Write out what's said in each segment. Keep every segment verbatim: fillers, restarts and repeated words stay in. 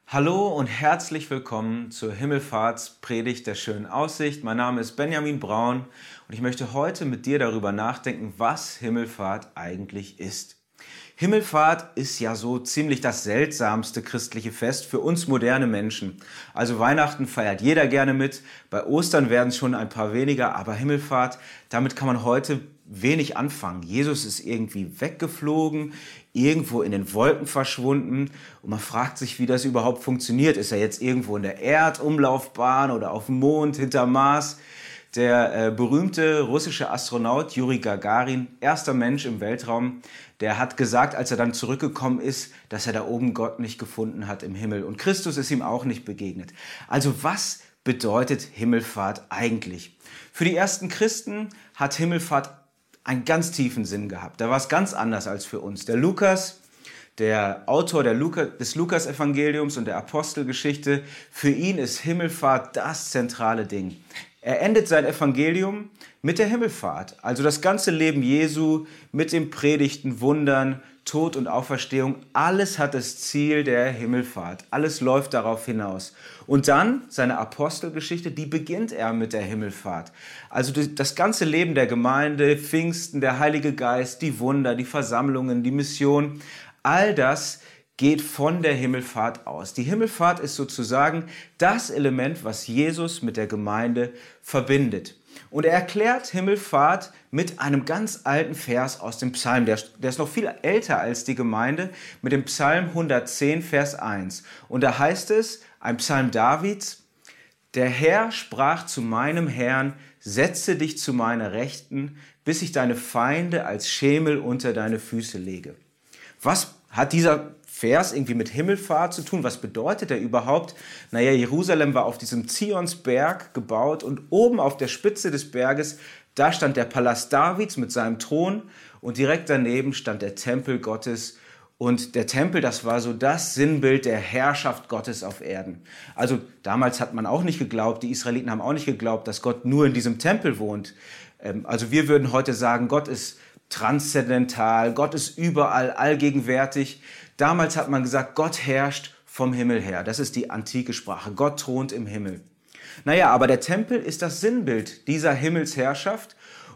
Hallo und herzlich willkommen zur Himmelfahrtspredigt der schönen Aussicht. Mein Name ist Benjamin Braun und ich möchte heute mit dir darüber nachdenken, was Himmelfahrt eigentlich ist. Himmelfahrt ist ja so ziemlich das seltsamste christliche Fest für uns moderne Menschen. Also Weihnachten feiert jeder gerne mit, bei Ostern werden es schon ein paar weniger, aber Himmelfahrt, damit kann man heute wenig anfangen. Jesus ist irgendwie weggeflogen, irgendwo in den Wolken verschwunden und man fragt sich, wie das überhaupt funktioniert. Ist er jetzt irgendwo in der Erdumlaufbahn oder auf dem Mond, hinterm Mars? Der äh, berühmte russische Astronaut Juri Gagarin, erster Mensch im Weltraum, der hat gesagt, als er dann zurückgekommen ist, dass er da oben Gott nicht gefunden hat im Himmel. Und Christus ist ihm auch nicht begegnet. Also was bedeutet Himmelfahrt eigentlich? Für die ersten Christen hat Himmelfahrt einen ganz tiefen Sinn gehabt. Da war es ganz anders als für uns. Der Lukas, der Autor der Luca, des Lukas-Evangeliums und der Apostelgeschichte, für ihn ist Himmelfahrt das zentrale Ding. Er endet sein Evangelium mit der Himmelfahrt, also das ganze Leben Jesu mit den Predigten, Wundern, Tod und Auferstehung. Alles hat das Ziel der Himmelfahrt. Alles läuft darauf hinaus. Und dann seine Apostelgeschichte, die beginnt er mit der Himmelfahrt. Also das ganze Leben der Gemeinde, Pfingsten, der Heilige Geist, die Wunder, die Versammlungen, die Mission, all das geht von der Himmelfahrt aus. Die Himmelfahrt ist sozusagen das Element, was Jesus mit der Gemeinde verbindet. Und er erklärt Himmelfahrt mit einem ganz alten Vers aus dem Psalm. Der, der ist noch viel älter als die Gemeinde, mit dem Psalm hundertzehn, Vers eins. Und da heißt es, ein Psalm Davids: Der Herr sprach zu meinem Herrn, setze dich zu meiner Rechten, bis ich deine Feinde als Schemel unter deine Füße lege. Was hat dieser Vers irgendwie mit Himmelfahrt zu tun? Was bedeutet er überhaupt? Naja, Jerusalem war auf diesem Zionsberg gebaut und oben auf der Spitze des Berges, da stand der Palast Davids mit seinem Thron und direkt daneben stand der Tempel Gottes. Und der Tempel, das war so das Sinnbild der Herrschaft Gottes auf Erden. Also damals hat man auch nicht geglaubt, die Israeliten haben auch nicht geglaubt, dass Gott nur in diesem Tempel wohnt. Also wir würden heute sagen, Gott ist transzendental, Gott ist überall, allgegenwärtig. Damals hat man gesagt, Gott herrscht vom Himmel her. Das ist die antike Sprache. Gott thront im Himmel. Naja, aber der Tempel ist das Sinnbild dieser Himmelsherrschaft.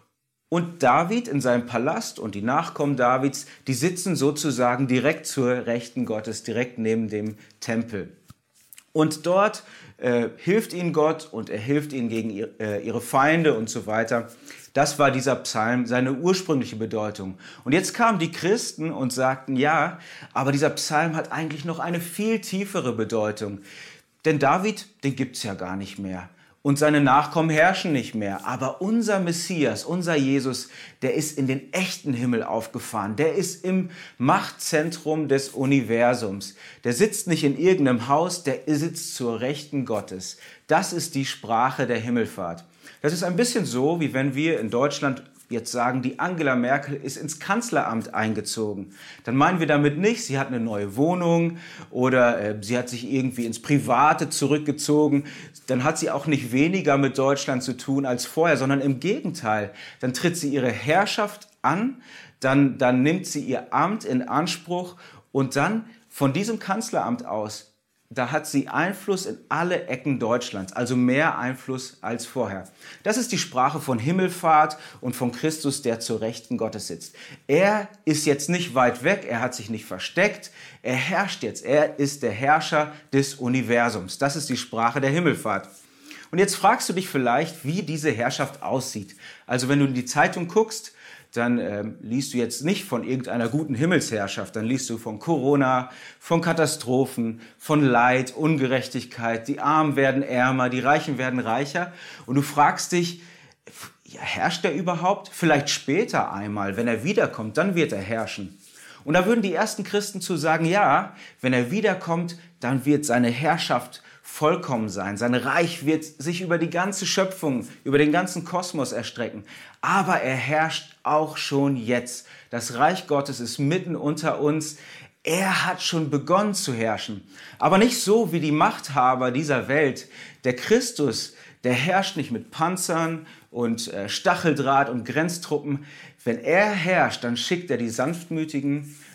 Und David in seinem Palast und die Nachkommen Davids, die sitzen sozusagen direkt zur Rechten Gottes, direkt neben dem Tempel. Und dort äh, hilft ihnen Gott und er hilft ihnen gegen ihr, äh, ihre Feinde und so weiter. Das war dieser Psalm, seine ursprüngliche Bedeutung. Und jetzt kamen die Christen und sagten, ja, aber dieser Psalm hat eigentlich noch eine viel tiefere Bedeutung. Denn David, den gibt's ja gar nicht mehr. Und seine Nachkommen herrschen nicht mehr. Aber unser Messias, unser Jesus, der ist in den echten Himmel aufgefahren. Der ist im Machtzentrum des Universums. Der sitzt nicht in irgendeinem Haus, der sitzt zur Rechten Gottes. Das ist die Sprache der Himmelfahrt. Das ist ein bisschen so, wie wenn wir in Deutschland jetzt sagen, die Angela Merkel ist ins Kanzleramt eingezogen. Dann meinen wir damit nicht, sie hat eine neue Wohnung oder äh, sie hat sich irgendwie ins Private zurückgezogen. Dann hat sie auch nicht weniger mit Deutschland zu tun als vorher, sondern im Gegenteil. Dann tritt sie ihre Herrschaft an, dann, dann nimmt sie ihr Amt in Anspruch und dann von diesem Kanzleramt aus, da hat sie Einfluss in alle Ecken Deutschlands, also mehr Einfluss als vorher. Das ist die Sprache von Himmelfahrt und von Christus, der zur Rechten Gottes sitzt. Er ist jetzt nicht weit weg, er hat sich nicht versteckt, er herrscht jetzt, er ist der Herrscher des Universums. Das ist die Sprache der Himmelfahrt. Und jetzt fragst du dich vielleicht, wie diese Herrschaft aussieht. Also wenn du in die Zeitung guckst, dann ähm, liest du jetzt nicht von irgendeiner guten Himmelsherrschaft, dann liest du von Corona, von Katastrophen, von Leid, Ungerechtigkeit, die Armen werden ärmer, die Reichen werden reicher und du fragst dich, ja, herrscht er überhaupt? Vielleicht später einmal, wenn er wiederkommt, dann wird er herrschen. Und da würden die ersten Christen zu sagen, ja, wenn er wiederkommt, dann wird seine Herrschaft vollkommen sein. Sein Reich wird sich über die ganze Schöpfung, über den ganzen Kosmos erstrecken. Aber er herrscht auch schon jetzt. Das Reich Gottes ist mitten unter uns. Er hat schon begonnen zu herrschen. Aber nicht so wie die Machthaber dieser Welt. Der Christus, der herrscht nicht mit Panzern und äh, Stacheldraht und Grenztruppen. Wenn er herrscht, dann schickt er die Sanftmütigen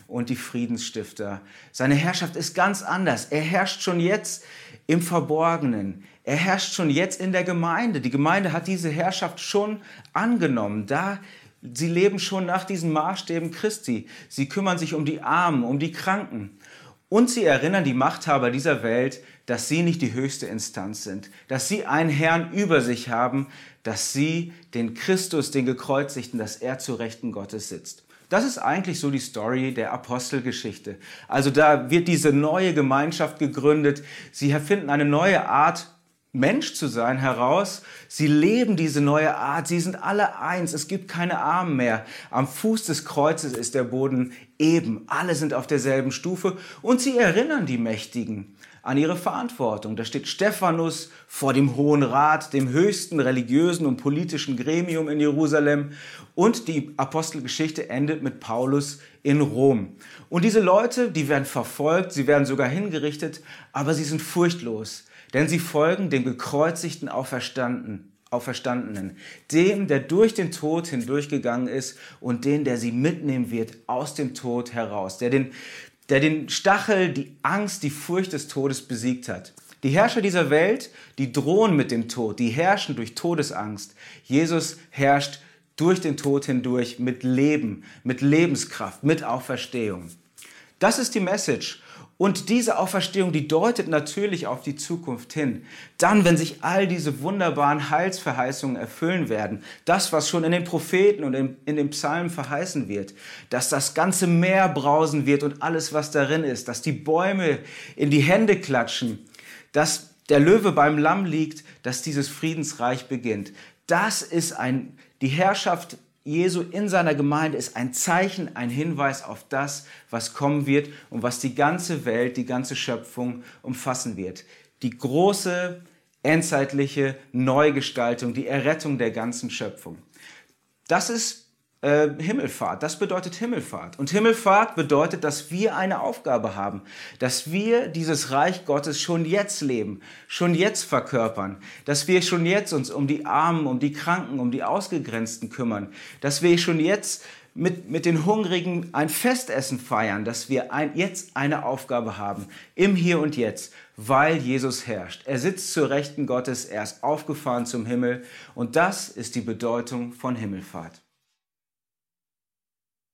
und die Friedensstifter. Seine Herrschaft ist ganz anders. Er herrscht schon jetzt im Verborgenen. Er herrscht schon jetzt in der Gemeinde. Die Gemeinde hat diese Herrschaft schon angenommen. Da, sie leben schon nach diesen Maßstäben Christi. Sie kümmern sich um die Armen, um die Kranken. Und sie erinnern die Machthaber dieser Welt, dass sie nicht die höchste Instanz sind, dass sie einen Herrn über sich haben, dass sie den Christus, den Gekreuzigten, dass er zu Rechten Gottes sitzt. Das ist eigentlich so die Story der Apostelgeschichte. Also da wird diese neue Gemeinschaft gegründet. Sie erfinden eine neue Art, Mensch zu sein, heraus. Sie leben diese neue Art. Sie sind alle eins. Es gibt keine Armen mehr. Am Fuß des Kreuzes ist der Boden eben. Alle sind auf derselben Stufe und sie erinnern die Mächtigen an ihre Verantwortung. Da steht Stephanus vor dem Hohen Rat, dem höchsten religiösen und politischen Gremium in Jerusalem. Und die Apostelgeschichte endet mit Paulus in Rom. Und diese Leute, die werden verfolgt, sie werden sogar hingerichtet, aber sie sind furchtlos, denn sie folgen dem gekreuzigten Auferstandenen. Auferstandenen, dem, der durch den Tod hindurchgegangen ist und den, der sie mitnehmen wird aus dem Tod heraus, der den, der den Stachel, die Angst, die Furcht des Todes besiegt hat. Die Herrscher dieser Welt, die drohen mit dem Tod, die herrschen durch Todesangst. Jesus herrscht durch den Tod hindurch mit Leben, mit Lebenskraft, mit Auferstehung. Das ist die Message. Und diese Auferstehung, die deutet natürlich auf die Zukunft hin. Dann, wenn sich all diese wunderbaren Heilsverheißungen erfüllen werden, das, was schon in den Propheten und in, in den Psalmen verheißen wird, dass das ganze Meer brausen wird und alles, was darin ist, dass die Bäume in die Hände klatschen, dass der Löwe beim Lamm liegt, dass dieses Friedensreich beginnt. Das ist ein, die Herrschaft Jesu in seiner Gemeinde ist ein Zeichen, ein Hinweis auf das, was kommen wird und was die ganze Welt, die ganze Schöpfung umfassen wird. Die große, endzeitliche Neugestaltung, die Errettung der ganzen Schöpfung. Das ist äh, Himmelfahrt, das bedeutet Himmelfahrt. Und Himmelfahrt bedeutet, dass wir eine Aufgabe haben, dass wir dieses Reich Gottes schon jetzt leben, schon jetzt verkörpern, dass wir schon jetzt uns um die Armen, um die Kranken, um die Ausgegrenzten kümmern, dass wir schon jetzt mit, mit den Hungrigen ein Festessen feiern, dass wir ein, jetzt eine Aufgabe haben, im Hier und Jetzt, weil Jesus herrscht. Er sitzt zur Rechten Gottes, er ist aufgefahren zum Himmel und das ist die Bedeutung von Himmelfahrt.